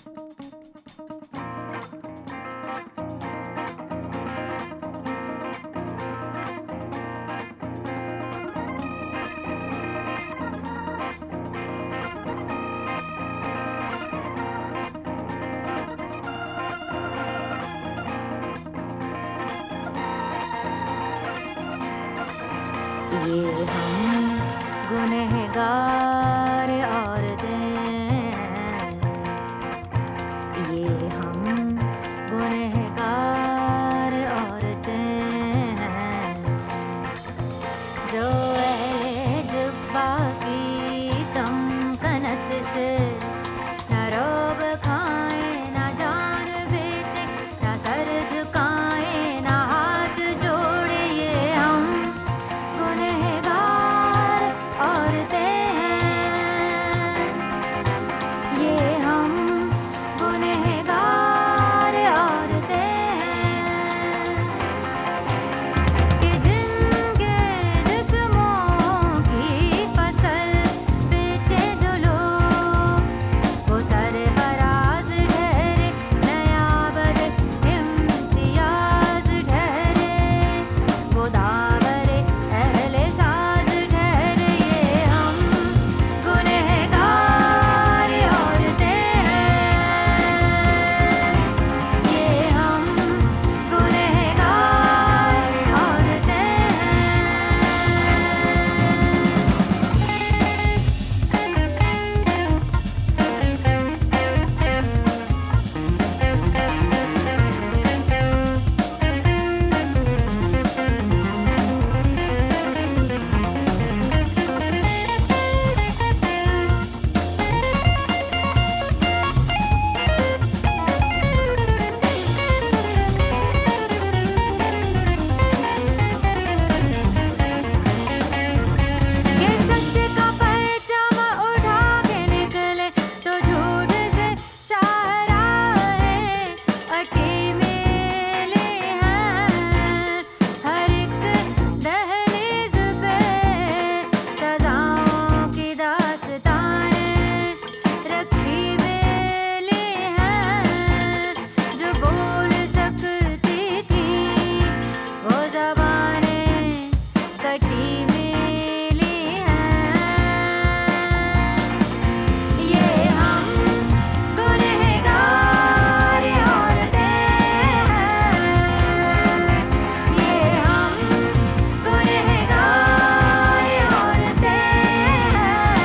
ये हम गुनहगार औरतें हैं, ये हम गुनहगार औरतें हैं, जो अहले जुब्बा की तमकनत से न रोब खाएं, न जान बेचे, न सर झुकाएं, न हाथ जोड़े। ये हम गुनहगार औरतें हैं, ये हम गुनहगार औरतें हैं, कि जिनके जिस्मों की फसल बेचे जो लोग, वो सरफराज ठहरे, नयाबद इम्तियाज ठहरे, वो दावरे अहले साज ठहरे। ये हम गुनहगार औरतें हैं, ये हम गुनहगार औरतें हैं। ये सच का परचम उठा के निकले तो झूठ से शाहराए अटी मेले हैं, हर एक दहलीज पे सजाओं की दास्तानें रखी मेले हैं, जो बोल सकती थी वो ज़बानें कटी मेली हैं। ये हम गुनहगार औरतें हैं, ये हम गुनहगार औरतें हैं।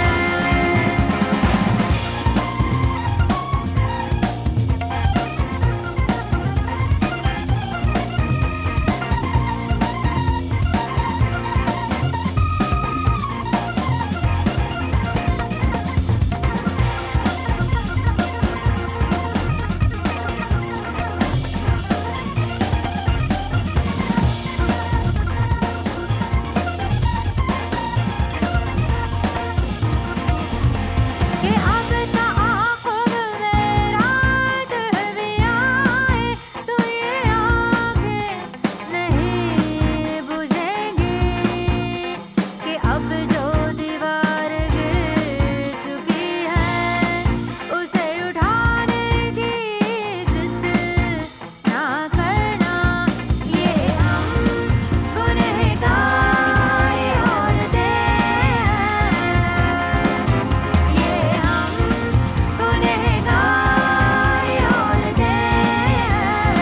कि अब ताक़ुब में रात भी आए तो ये आँखें नहीं बुझेंगी, कि अब जो दीवार गिर चुकी है उसे उठाने की जिद ना करना। ये हम गुनहगार औरतें हैं, ये हम गुनहगार औरतें हैं।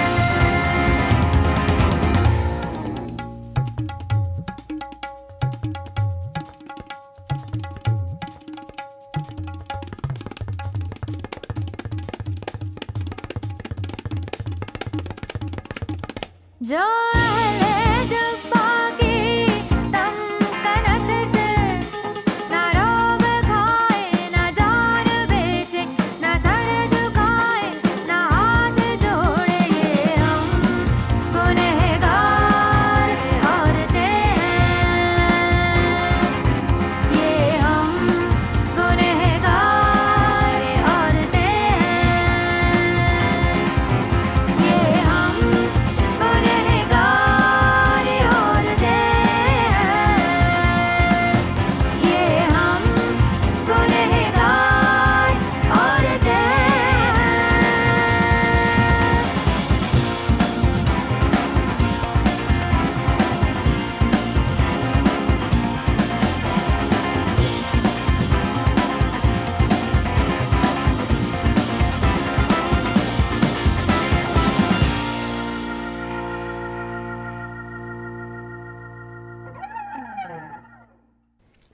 जो अहले जुब्बा की तमकनत से न रोब खाए, न जान बेचे, न सर झुकाए, न हाथ जोड़े। ये हम गुनहगार औरतें हैं, ये हम गुनहगार औरतें हैं, ये हम गुनहगार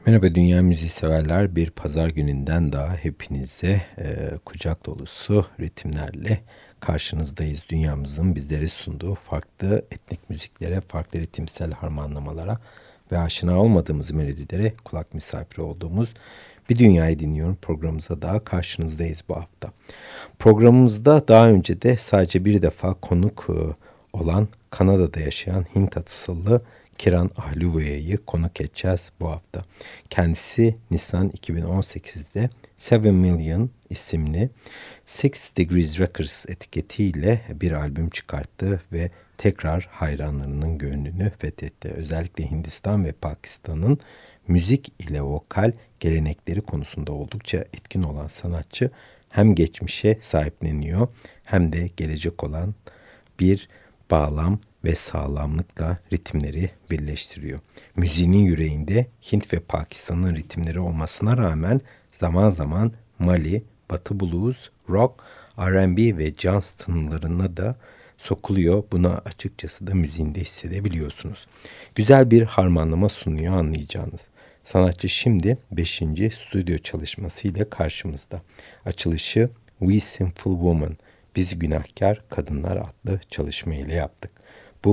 Merhaba dünya müziği severler, bir pazar gününden daha hepinize kucak dolusu ritimlerle karşınızdayız. Dünyamızın bizlere sunduğu farklı etnik müziklere, farklı ritimsel harmanlamalara ve aşina olmadığımız melodilere kulak misafiri olduğumuz Bir Dünyayı Dinliyorum programımıza daha karşınızdayız bu hafta. Programımızda daha önce de sadece bir defa konuk olan Kanada'da yaşayan Hint asıllı Kiran Ahluwalia konuk edeceğiz bu hafta. Kendisi Nisan 2018'de 7 Million isimli Six Degrees Records etiketiyle bir albüm çıkarttı ve tekrar hayranlarının gönlünü fethetti. Özellikle Hindistan ve Pakistan'ın müzik ile vokal gelenekleri konusunda oldukça etkin olan sanatçı hem geçmişe sahipleniyor hem de gelecek olan bir bağlam ve sağlamlıkla ritimleri birleştiriyor. Müziğinin yüreğinde Hint ve Pakistan'ın ritimleri olmasına rağmen zaman zaman Mali, Batı blues, rock, R&B ve jazz tınılarına da sokuluyor. Buna açıkçası da müziğinde hissedebiliyorsunuz. Güzel bir harmanlama sunuyor anlayacağınız. Sanatçı şimdi 5. stüdyo çalışmasıyla karşımızda. Açılışı We Sinful Woman, Biz Günahkar Kadınlar adlı çalışma ile yaptık. Bu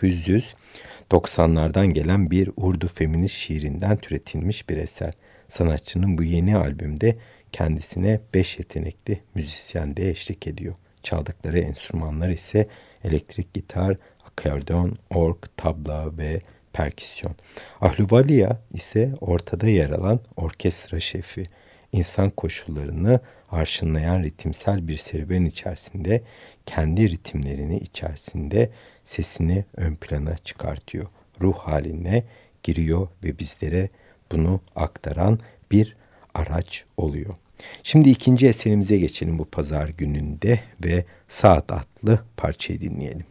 1990'lardan gelen bir Urdu feminist şiirinden türetilmiş bir eser. Sanatçının bu yeni albümde kendisine 5 yetenekli müzisyen de eşlik ediyor. Çaldıkları enstrümanlar ise elektrik gitar, akordeon, org, tabla ve perküsyon. Ahluwalia ise ortada yer alan orkestra şefi. İnsan koşullarını arşınlayan ritimsel bir serüven içerisinde kendi ritimlerini içerisinde sesini ön plana çıkartıyor. Ruh haline giriyor ve bizlere bunu aktaran bir araç oluyor. Şimdi ikinci eserimize geçelim bu pazar gününde ve Saat adlı parçayı dinleyelim.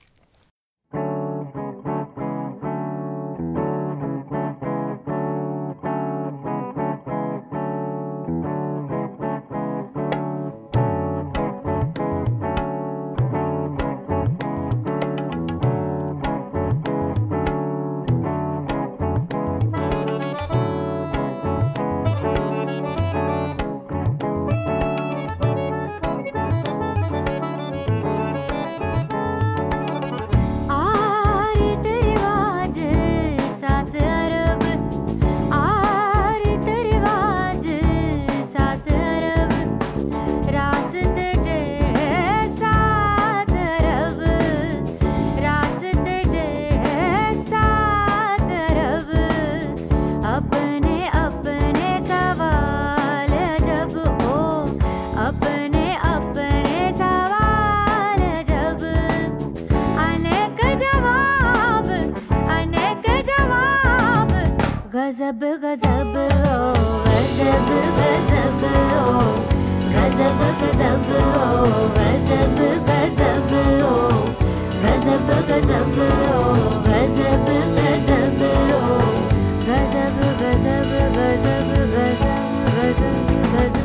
गजब गजब ओ गजब गजब ओ गजब गजब ओ गजब गजब ओ गजब गजब ओ गजब गजब ओ गजब गजब गजब गजब गजब गजब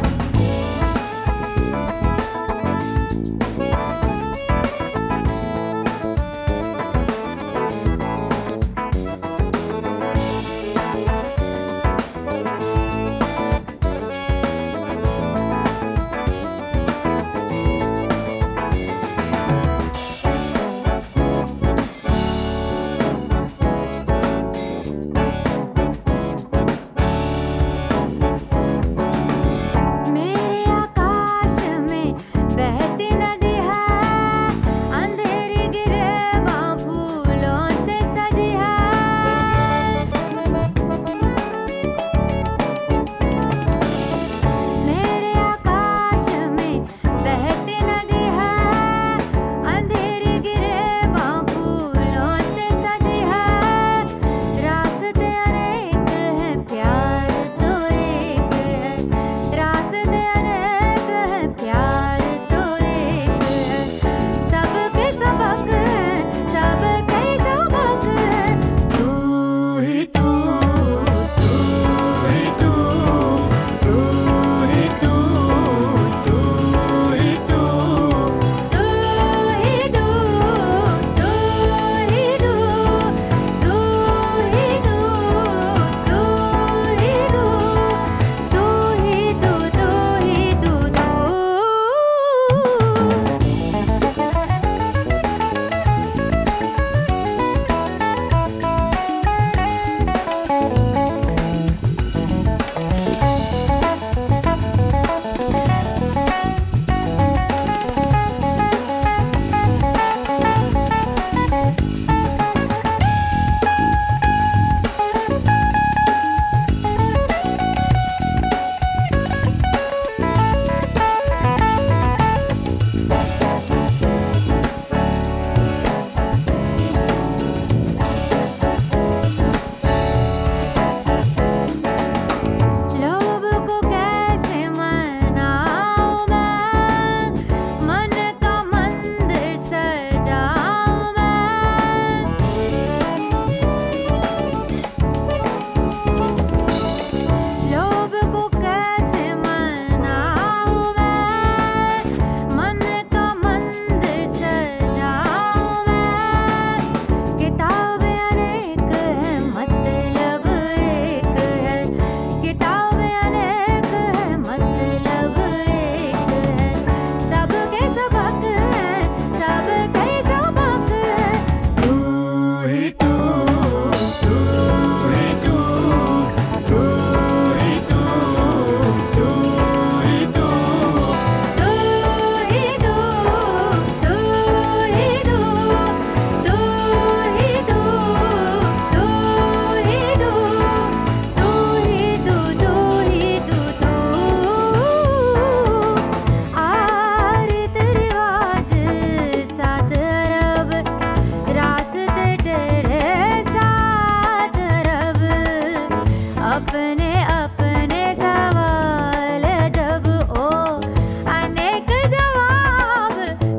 अपने अपने सवाल जब ओ अनेक जवाब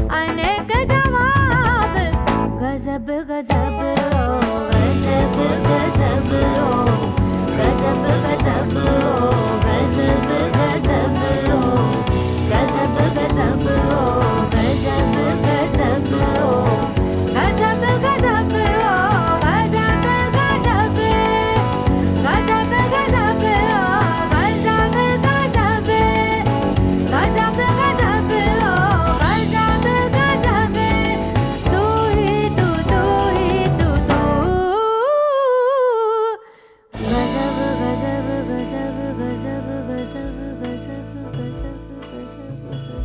गजब गजब ओ गजब गजब ओ गजब गजब ओ गजब गजब ओ गजब गजब ओ गजब गजब ओ गजब गजब ओ गजब गजब गजब गजब ओ गजब गजब गजब गजब ओ गजब गजब तू ही तू तू ही तू तू गजब गजब गजब गजब गजब गजब गजब गजब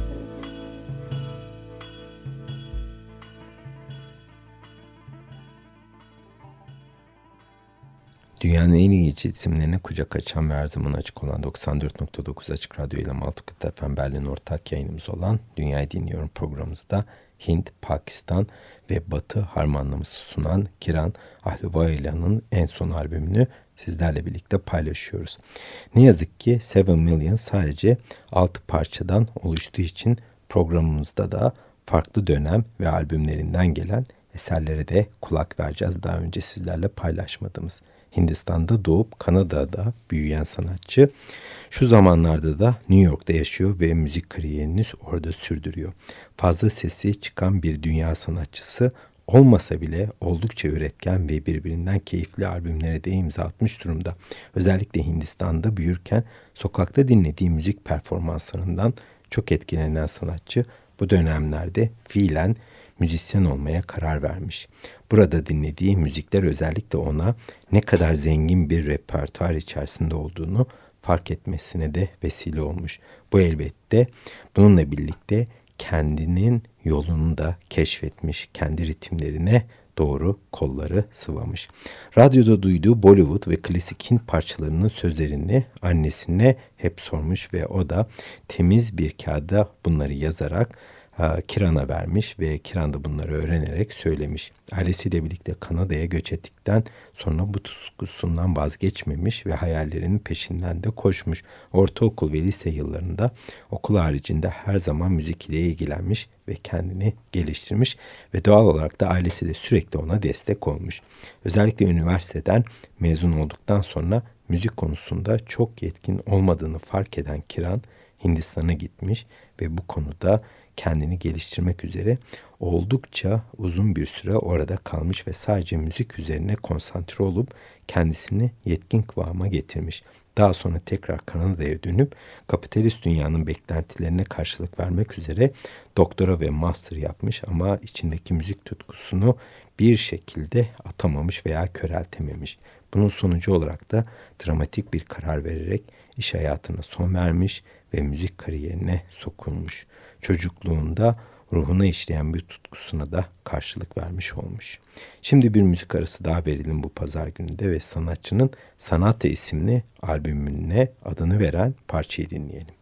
Dünyanın en ilginç isimlerine kucak açan ve her zaman açık olan 94.9 Açık Radyo ile Multicut FM Berlin ortak yayınımız olan Dünyayı Dinliyorum programımızda Hint, Pakistan ve Batı harmanlaması sunan Kiran Ahluwailia'nın en son albümünü sizlerle birlikte paylaşıyoruz. Ne yazık ki 7 Million sadece 6 parçadan oluştuğu için programımızda da farklı dönem ve albümlerinden gelen eserlere de kulak vereceğiz. Daha önce sizlerle paylaşmadığımız. Hindistan'da doğup Kanada'da büyüyen sanatçı şu zamanlarda da New York'ta yaşıyor ve müzik kariyerini orada sürdürüyor. Fazla sesi çıkan bir dünya sanatçısı olmasa bile oldukça üretken ve birbirinden keyifli albümlere de imza atmış durumda. Özellikle Hindistan'da büyürken sokakta dinlediği müzik performanslarından çok etkilenen sanatçı bu dönemlerde fiilen müzisyen olmaya karar vermiş. Burada dinlediği müzikler özellikle ona ne kadar zengin bir repertuar içerisinde olduğunu fark etmesine de vesile olmuş. Bu elbette bununla birlikte kendinin yolunu da keşfetmiş, kendi ritimlerine doğru kolları sıvamış. Radyoda duyduğu Bollywood ve klasik Hint parçalarının sözlerini annesine hep sormuş ve o da temiz bir kağıda bunları yazarak Kiran'a vermiş ve Kiran da bunları öğrenerek söylemiş. Ailesiyle birlikte Kanada'ya göç ettikten sonra bu tutkusundan vazgeçmemiş ve hayallerinin peşinden de koşmuş. Ortaokul ve lise yıllarında okul haricinde her zaman müzik ile ilgilenmiş ve kendini geliştirmiş ve doğal olarak da ailesi de sürekli ona destek olmuş. Özellikle üniversiteden mezun olduktan sonra müzik konusunda çok yetkin olmadığını fark eden Kiran Hindistan'a gitmiş ve bu konuda kendini geliştirmek üzere oldukça uzun bir süre orada kalmış ve sadece müzik üzerine konsantre olup kendisini yetkin kıvama getirmiş. Daha sonra tekrar Kanada'ya dönüp kapitalist dünyanın beklentilerine karşılık vermek üzere doktora ve master yapmış ama içindeki müzik tutkusunu bir şekilde atamamış veya köreltememiş. Bunun sonucu olarak da dramatik bir karar vererek iş hayatına son vermiş ve müzik kariyerine sokulmuş. Çocukluğunda ruhuna işleyen bir tutkusuna da karşılık vermiş olmuş. Şimdi bir müzik arası daha verelim bu pazar gününde ve sanatçının Sanate isimli albümüne adını veren parçayı dinleyelim.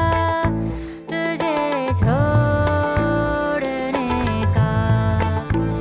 छोड़ने का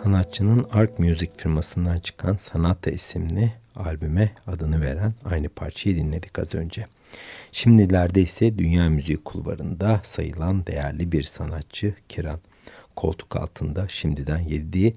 Sanatçının Ark Music firmasından çıkan Sonata isimli albüme adını veren aynı parçayı dinledik az önce. Şimdilerde ise dünya müziği kulvarında sayılan değerli bir sanatçı Kiran. Koltuk altında şimdiden 7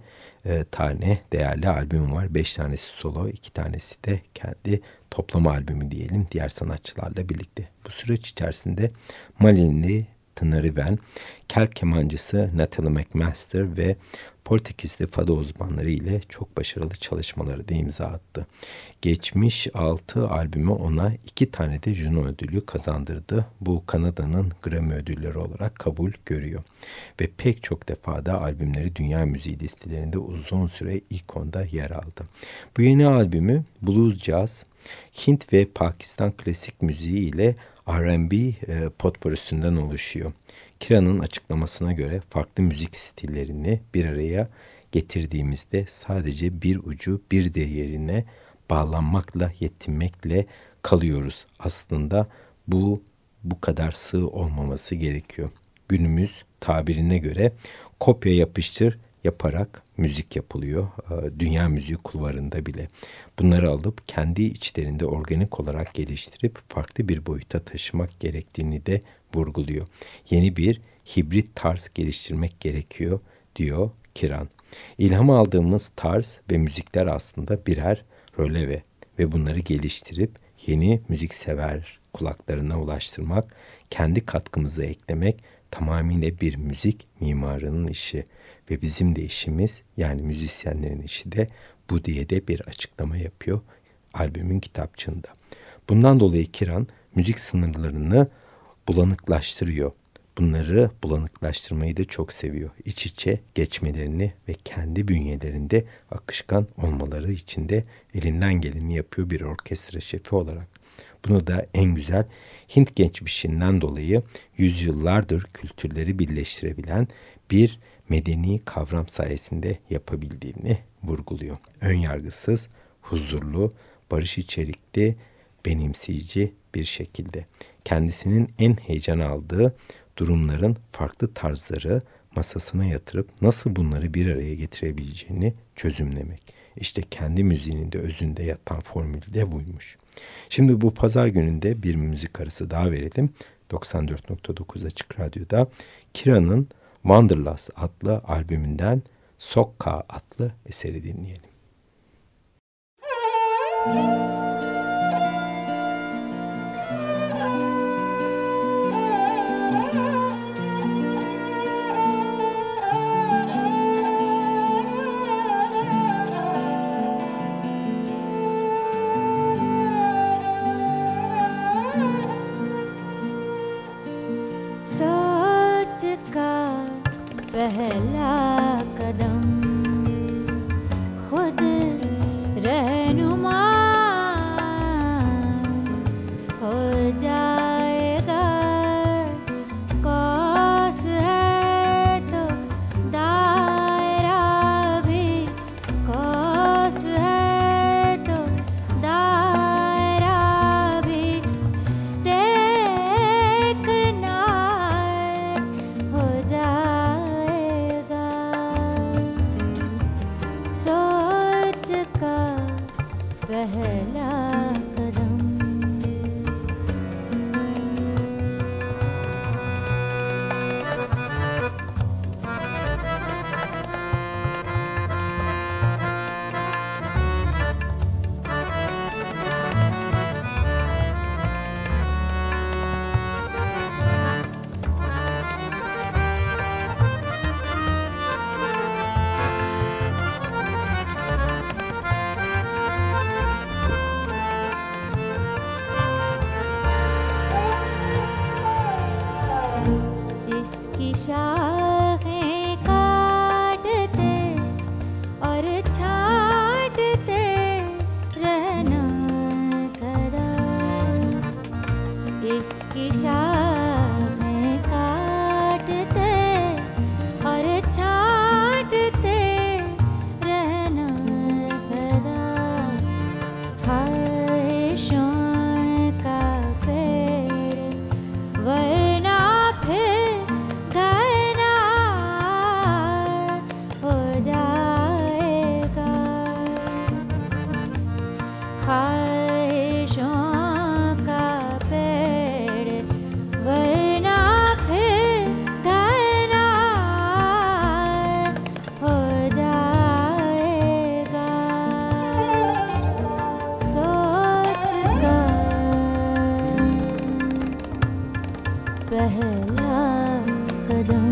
tane değerli albüm var. 5 tanesi solo, 2 tanesi de kendi toplama albümü diyelim diğer sanatçılarla birlikte. Bu süreç içerisinde Malinli Tına Riven, kel kemancısı Natalie McMaster ve Portekizli fado uzmanları ile çok başarılı çalışmaları da imza attı. Geçmiş 6 albümü ona 2 tane de Juno ödülü kazandırdı. Bu Kanada'nın Grammy ödülleri olarak kabul görüyor. Ve pek çok defa da albümleri dünya müziği listelerinde uzun süre ilk onda yer aldı. Bu yeni albümü blues, jazz, Hint ve Pakistan klasik müziği ile R&B potpourrisinden oluşuyor. Kiran'ın açıklamasına göre farklı müzik stillerini bir araya getirdiğimizde sadece bir ucu bir diğerine bağlanmakla, yetinmekle kalıyoruz. Aslında bu kadar sığ olmaması gerekiyor. Günümüz tabirine göre kopya yapıştır yaparak müzik yapılıyor. Dünya müziği kulvarında bile. Bunları alıp kendi içlerinde organik olarak geliştirip farklı bir boyuta taşımak gerektiğini de vurguluyor. Yeni bir hibrit tarz geliştirmek gerekiyor diyor Kiran. İlham aldığımız tarz ve müzikler aslında birer röleve ve bunları geliştirip yeni müziksever kulaklarına ulaştırmak, kendi katkımızı eklemek tamamıyla bir müzik mimarının işi ve bizim de işimiz, yani müzisyenlerin işi de bu diye de bir açıklama yapıyor albümün kitapçığında. Bundan dolayı Kiran müzik sınırlarını bulanıklaştırıyor. Bunları bulanıklaştırmayı da çok seviyor. İç içe geçmelerini ve kendi bünyelerinde akışkan olmaları için de elinden geleni yapıyor bir orkestra şefi olarak. Bunu da en güzel Hint geçmişinden dolayı yüzyıllardır kültürleri birleştirebilen bir medeni kavram sayesinde yapabildiğini vurguluyor. Önyargısız, huzurlu, barış içerikli, benimseyici bir şekilde. Kendisinin en heyecan aldığı durumların farklı tarzları masasına yatırıp nasıl bunları bir araya getirebileceğini çözümlemek. İşte kendi müziğinin de özünde yatan formülü de buymuş. Şimdi bu pazar gününde bir müzik arası daha verelim. 94.9 Açık Radyo'da Kiran'ın Wanderlust adlı albümünden Sokka adlı eseri dinleyelim. पहला कदम खुद रहनुमा हो जाएगा कौस है तो दायरा भी कौस है तो दायरा भी देखना हो जाएगा सोच का पहला कदम ख्वाहिशों का पेड़ वरना फिर धरना हो जाएगा सोच कर पहला कदम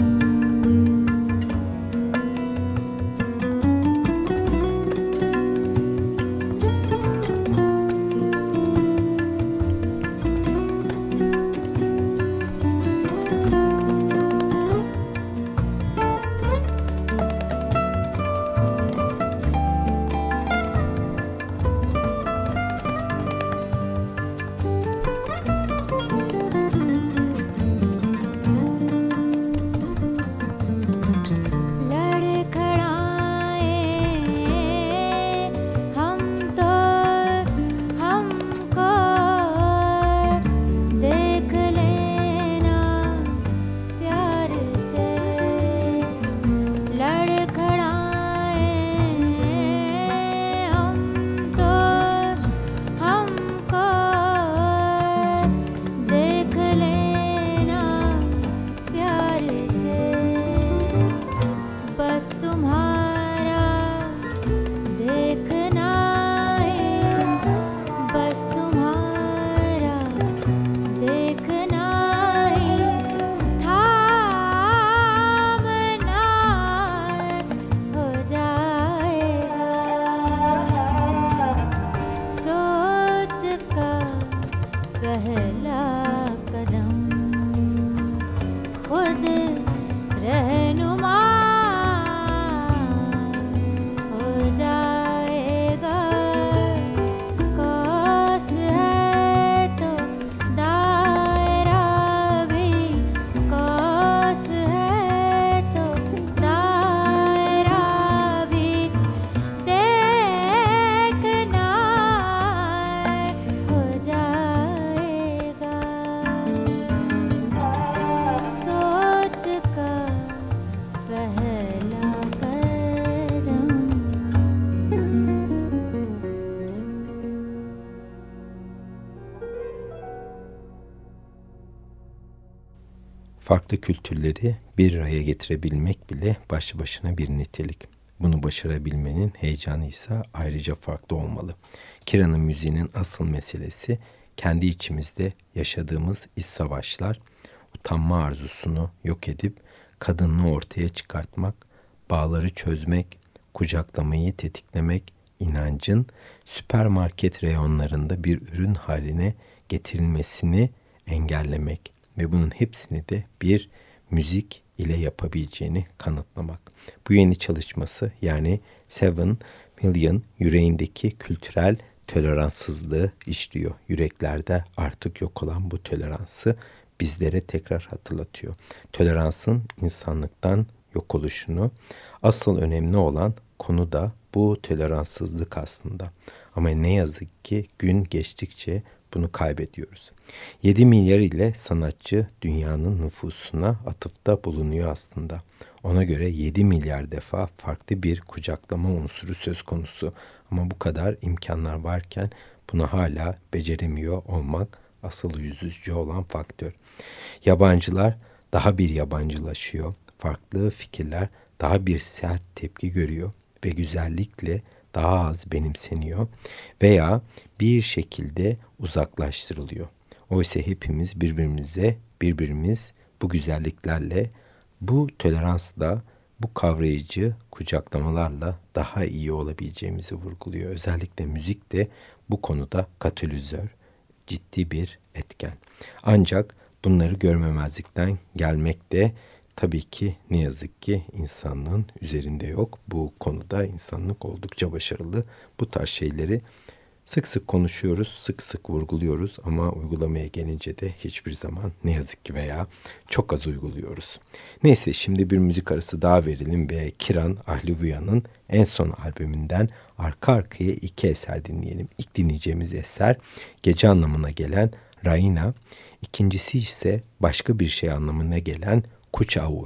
पहला कदम खुद रहनुमा हो जाएगा कौस है तो दायरा भी कौस है तो दायरा भी देखना हो जाएगा सोच का पहला कदम Farklı kültürleri bir araya getirebilmek bile başlı başına bir nitelik. Bunu başarabilmenin heyecanı ise ayrıca farklı olmalı. Kira'nın müziğinin asıl meselesi kendi içimizde yaşadığımız iç savaşlar, utanma arzusunu yok edip kadınlığı ortaya çıkartmak, bağları çözmek, kucaklamayı tetiklemek, inancın süpermarket reyonlarında bir ürün haline getirilmesini engellemek ve bunun hepsini de bir müzik ile yapabileceğini kanıtlamak. Bu yeni çalışması yani 7 Million yüreğindeki kültürel toleranssızlığı işliyor. Yüreklerde artık yok olan bu toleransı bizlere tekrar hatırlatıyor. Toleransın insanlıktan yok oluşunu, asıl önemli olan konu da bu toleranssızlık aslında. Ama ne yazık ki gün geçtikçe bunu kaybediyoruz. 7 milyar ile sanatçı dünyanın nüfusuna atıfta bulunuyor aslında. Ona göre 7 milyar defa farklı bir kucaklama unsuru söz konusu. Ama bu kadar imkanlar varken bunu hala beceremiyor olmak asıl üzücü olan faktör. Yabancılar daha bir yabancılaşıyor. Farklı fikirler daha bir sert tepki görüyor ve güzellikle daha az benimseniyor veya bir şekilde uzaklaştırılıyor. Oysa hepimiz birbirimiz bu güzelliklerle, bu toleransla, bu kavrayıcı kucaklamalarla daha iyi olabileceğimizi vurguluyor. Özellikle müzik de bu konuda katalizör, ciddi bir etken. Ancak bunları görmemezlikten gelmek de tabii ki ne yazık ki insanlığın üzerinde yok. Bu konuda insanlık oldukça başarılı. Bu tarz şeyleri sık sık konuşuyoruz, sık sık vurguluyoruz ama uygulamaya gelince de hiçbir zaman ne yazık ki veya çok az uyguluyoruz. Neyse şimdi bir müzik arası daha verelim ve Kiran Ahluviya'nın en son albümünden arka arkaya 2 eser dinleyelim. İlk dinleyeceğimiz eser gece anlamına gelen Raina, ikincisi ise başka bir şey anlamına gelen Kuch Aur.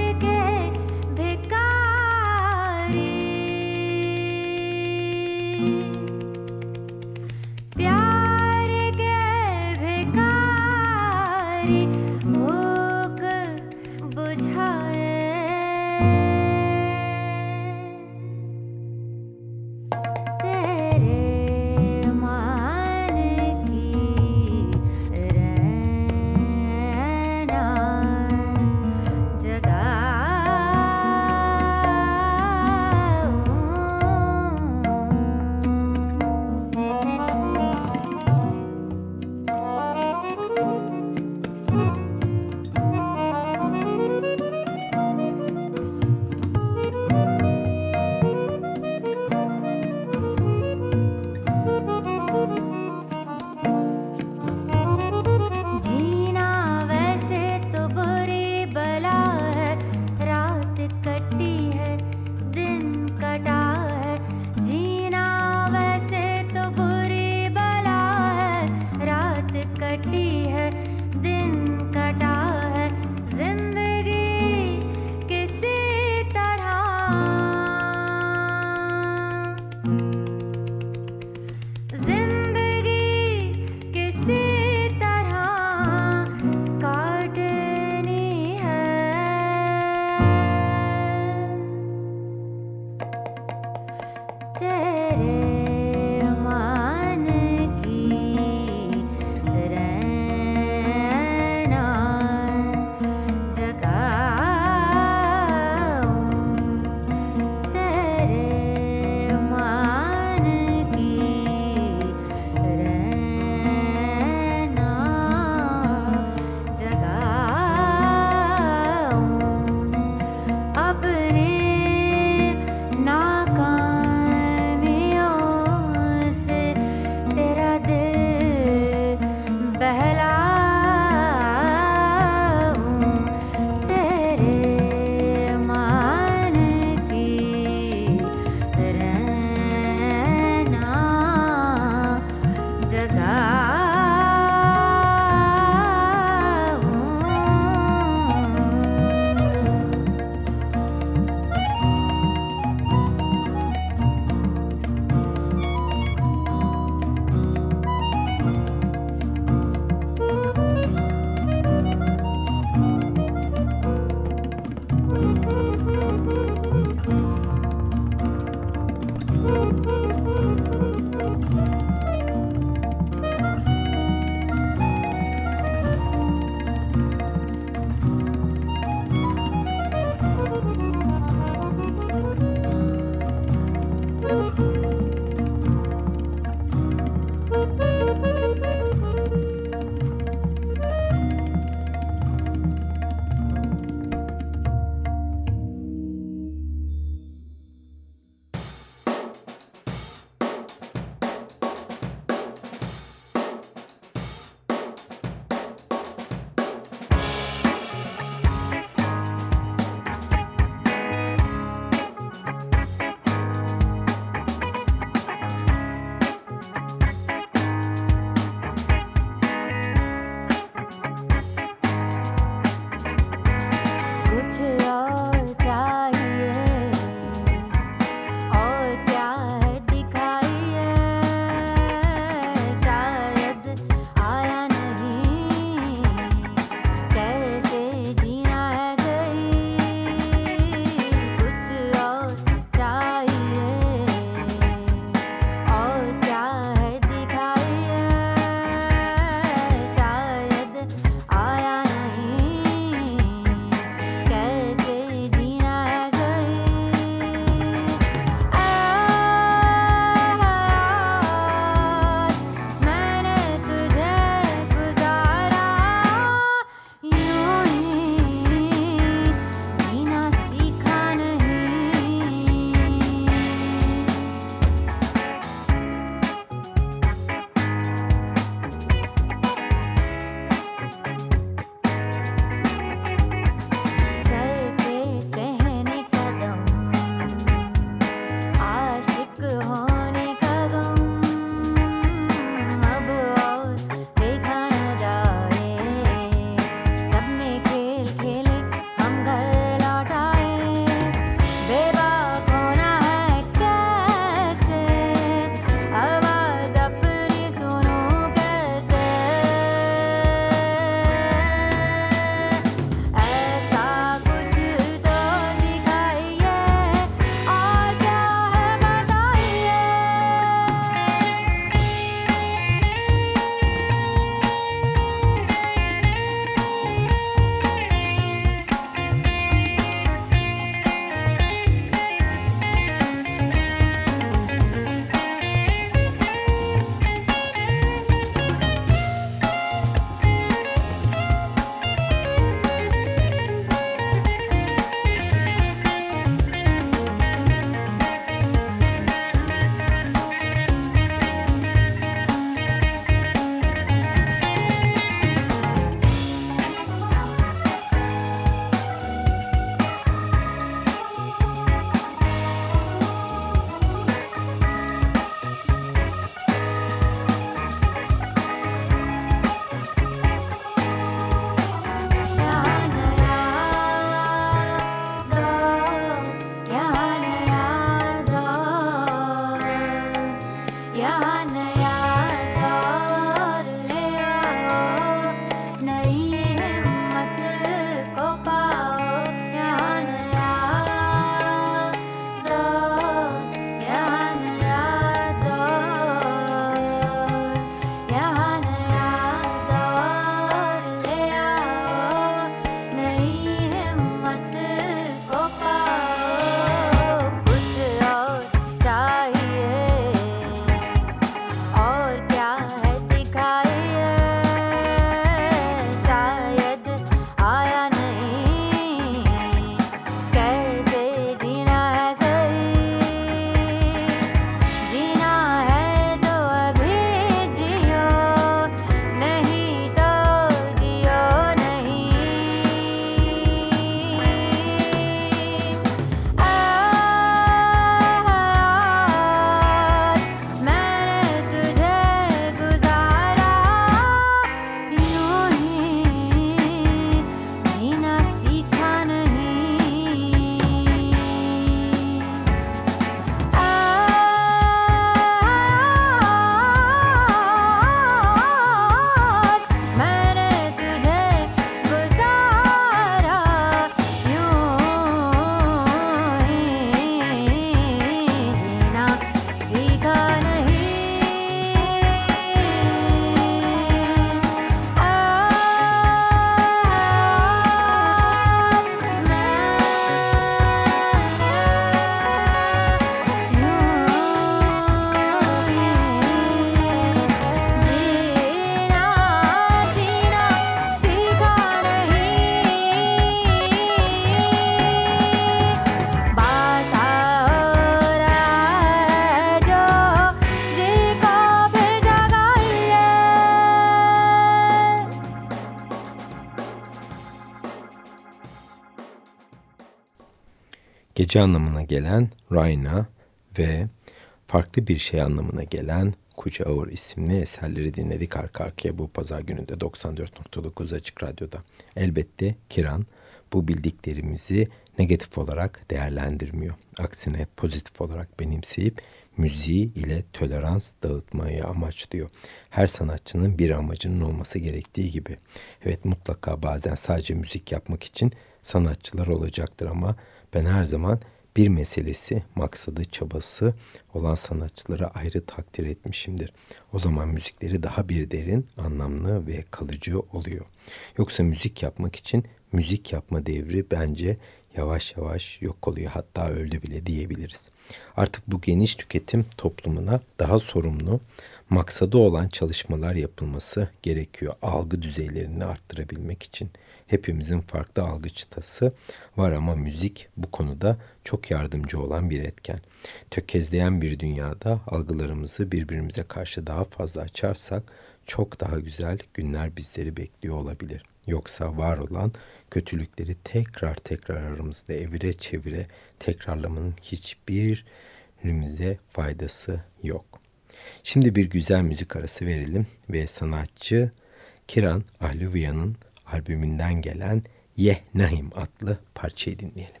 Gece anlamına gelen Rayna ve farklı bir şey anlamına gelen Kuca Ağır isimli eserleri dinledik arka arkaya bu pazar gününde 94.9 Açık Radyo'da. Elbette Kiran bu bildiklerimizi negatif olarak değerlendirmiyor. Aksine pozitif olarak benimseyip müziği ile tolerans dağıtmayı amaçlıyor. Her sanatçının bir amacının olması gerektiği gibi. Evet, mutlaka bazen sadece müzik yapmak için sanatçılar olacaktır ama ben her zaman bir meselesi, maksadı, çabası olan sanatçıları ayrı takdir etmişimdir. O zaman müzikleri daha bir derin, anlamlı ve kalıcı oluyor. Yoksa müzik yapmak için müzik yapma devri bence yavaş yavaş yok oluyor. Hatta öldü bile diyebiliriz. Artık bu geniş tüketim toplumuna daha sorumlu, maksadı olan çalışmalar yapılması gerekiyor. Algı düzeylerini arttırabilmek için. Hepimizin farklı algı çıtası var ama müzik bu konuda çok yardımcı olan bir etken. Tökezleyen bir dünyada algılarımızı birbirimize karşı daha fazla açarsak çok daha güzel günler bizleri bekliyor olabilir. Yoksa var olan kötülükleri tekrar tekrar aramızda evire çevire tekrarlamanın hiçbirimize faydası yok. Şimdi bir güzel müzik arası verelim ve sanatçı Kiran Ahluvia'nın albümünden gelen Yeh Nahim adlı parçayı dinleyelim.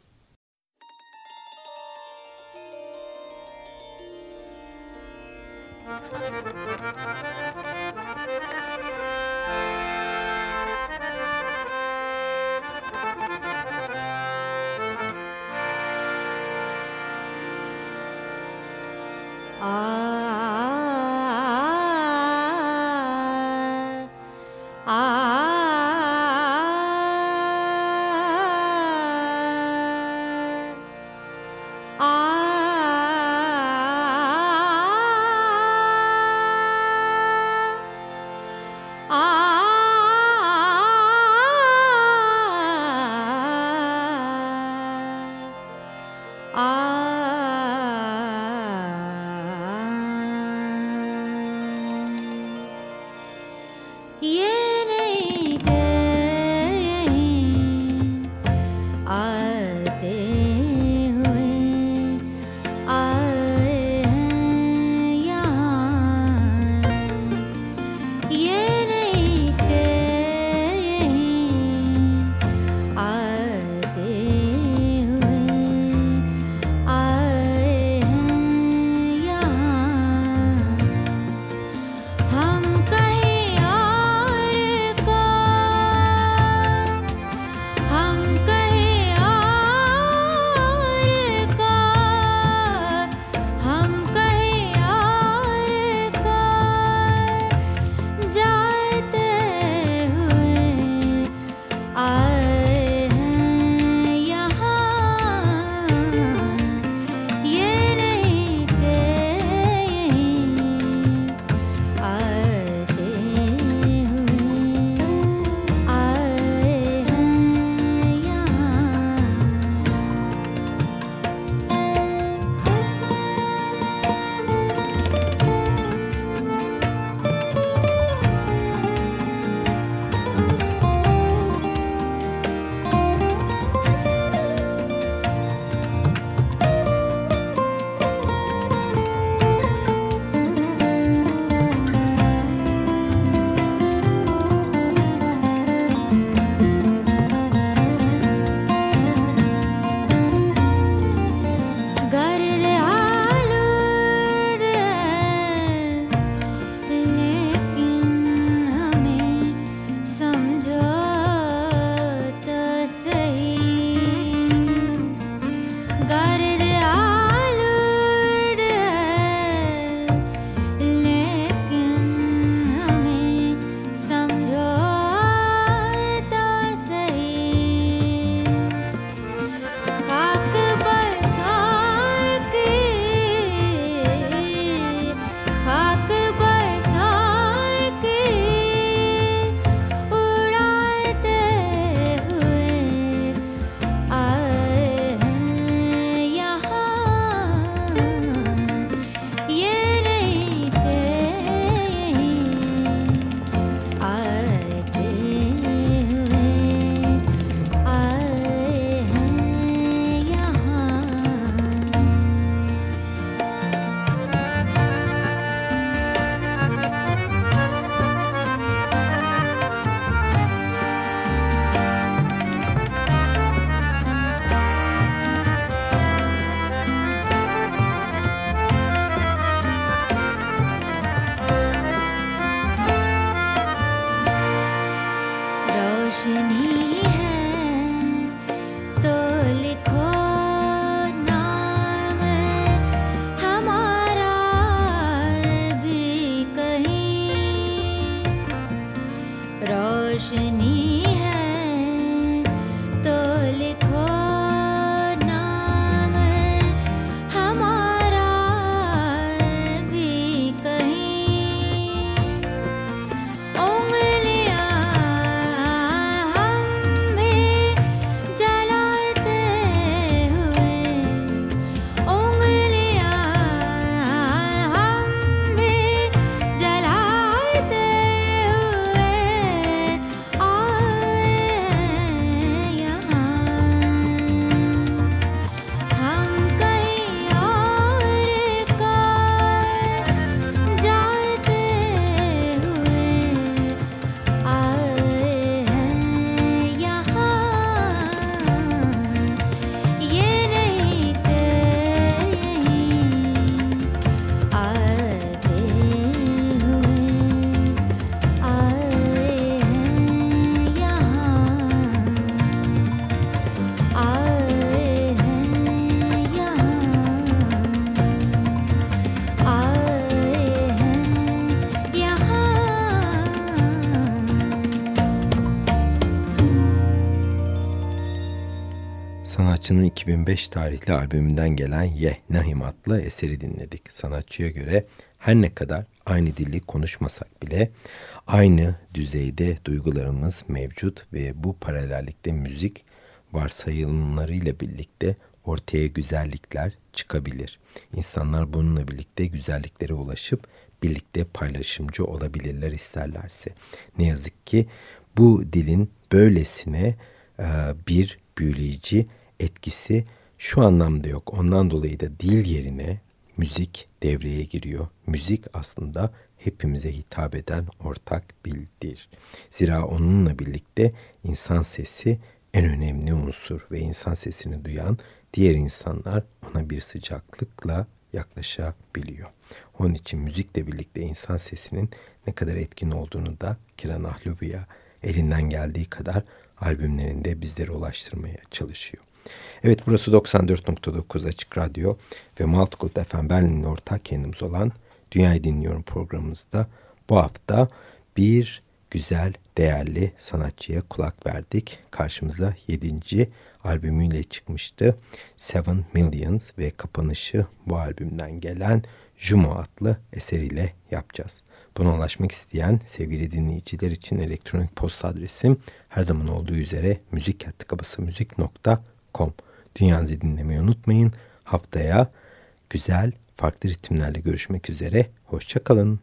Sanatçının 2005 tarihli albümünden gelen Yeh Nahim adlı eseri dinledik. Sanatçıya göre her ne kadar aynı dili konuşmasak bile aynı düzeyde duygularımız mevcut ve bu paralellikte müzik varsayımlarıyla birlikte ortaya güzellikler çıkabilir. İnsanlar bununla birlikte güzelliklere ulaşıp birlikte paylaşımcı olabilirler isterlerse. Ne yazık ki bu dilin böylesine bir büyüleyici etkisi şu anlamda yok. Ondan dolayı da dil yerine müzik devreye giriyor. Müzik aslında hepimize hitap eden ortak bir dildir. Zira onunla birlikte insan sesi en önemli unsur ve insan sesini duyan diğer insanlar ona bir sıcaklıkla yaklaşabiliyor. Onun için müzikle birlikte insan sesinin ne kadar etkin olduğunu da Kiran Ahluviya elinden geldiği kadar albümlerinde bizlere ulaştırmaya çalışıyor. Evet, burası 94.9 Açık Radyo ve Multicult FM Berlin'in ortak kendimiz olan Dünyayı Dinliyorum programımızda bu hafta bir güzel, değerli sanatçıya kulak verdik. Karşımıza 7. albümüyle çıkmıştı. 7 Millions ve kapanışı bu albümden gelen Jumo adlı eseriyle yapacağız. Buna ulaşmak isteyen sevgili dinleyiciler için elektronik posta adresim her zaman olduğu üzere müzik@kabasamüzik.com. Dünyanızı dinlemeyi unutmayın. Haftaya güzel, farklı ritimlerle görüşmek üzere. Hoşça kalın.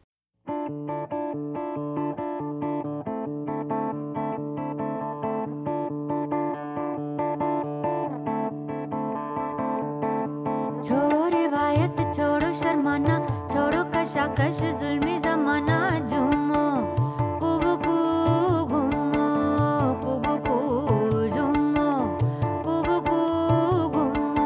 छोड़ो रिवायत छोड़ो शर्माना छोड़ो कशाकश जुल्मी जमाना झूमो कुबकू घूमो कुबकू झूमो कुबकू घूमो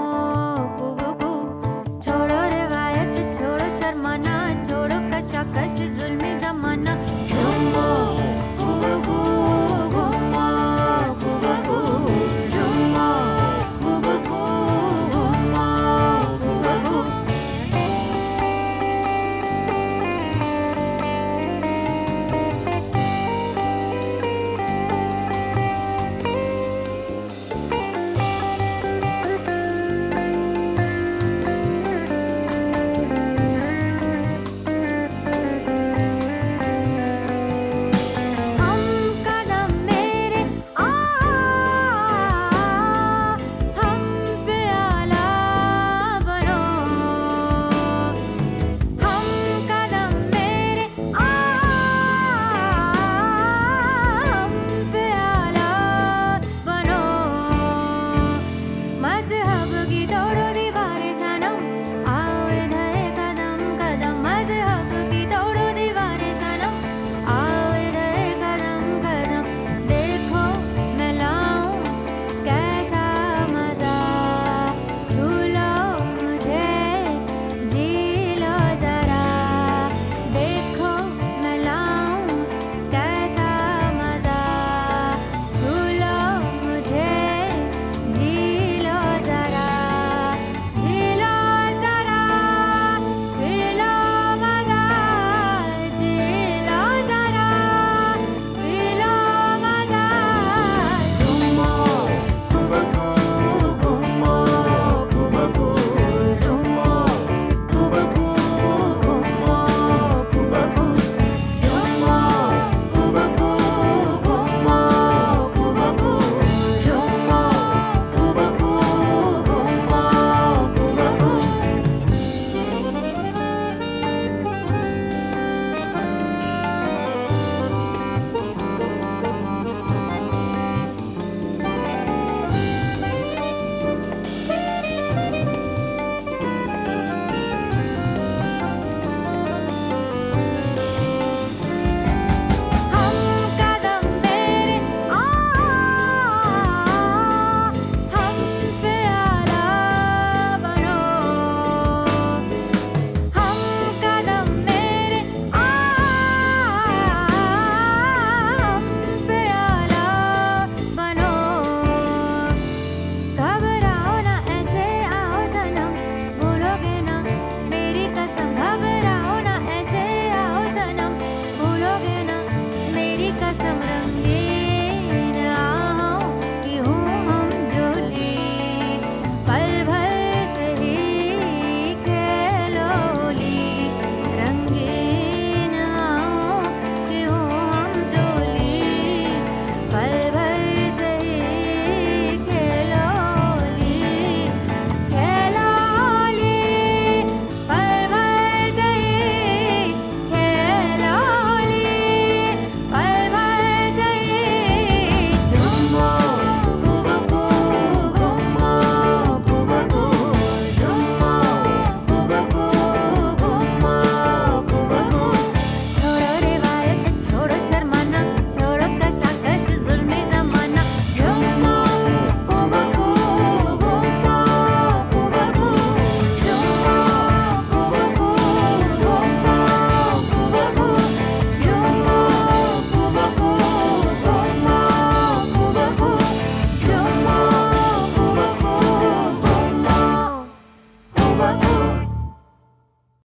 कुबकू छोड़ो रिवायत छोड़ो शर्माना छोड़ो कशाकश जुल्मी जमाना झूमो कुबकू घूमो कुबकू झूमो कुबकू कसम रंगीन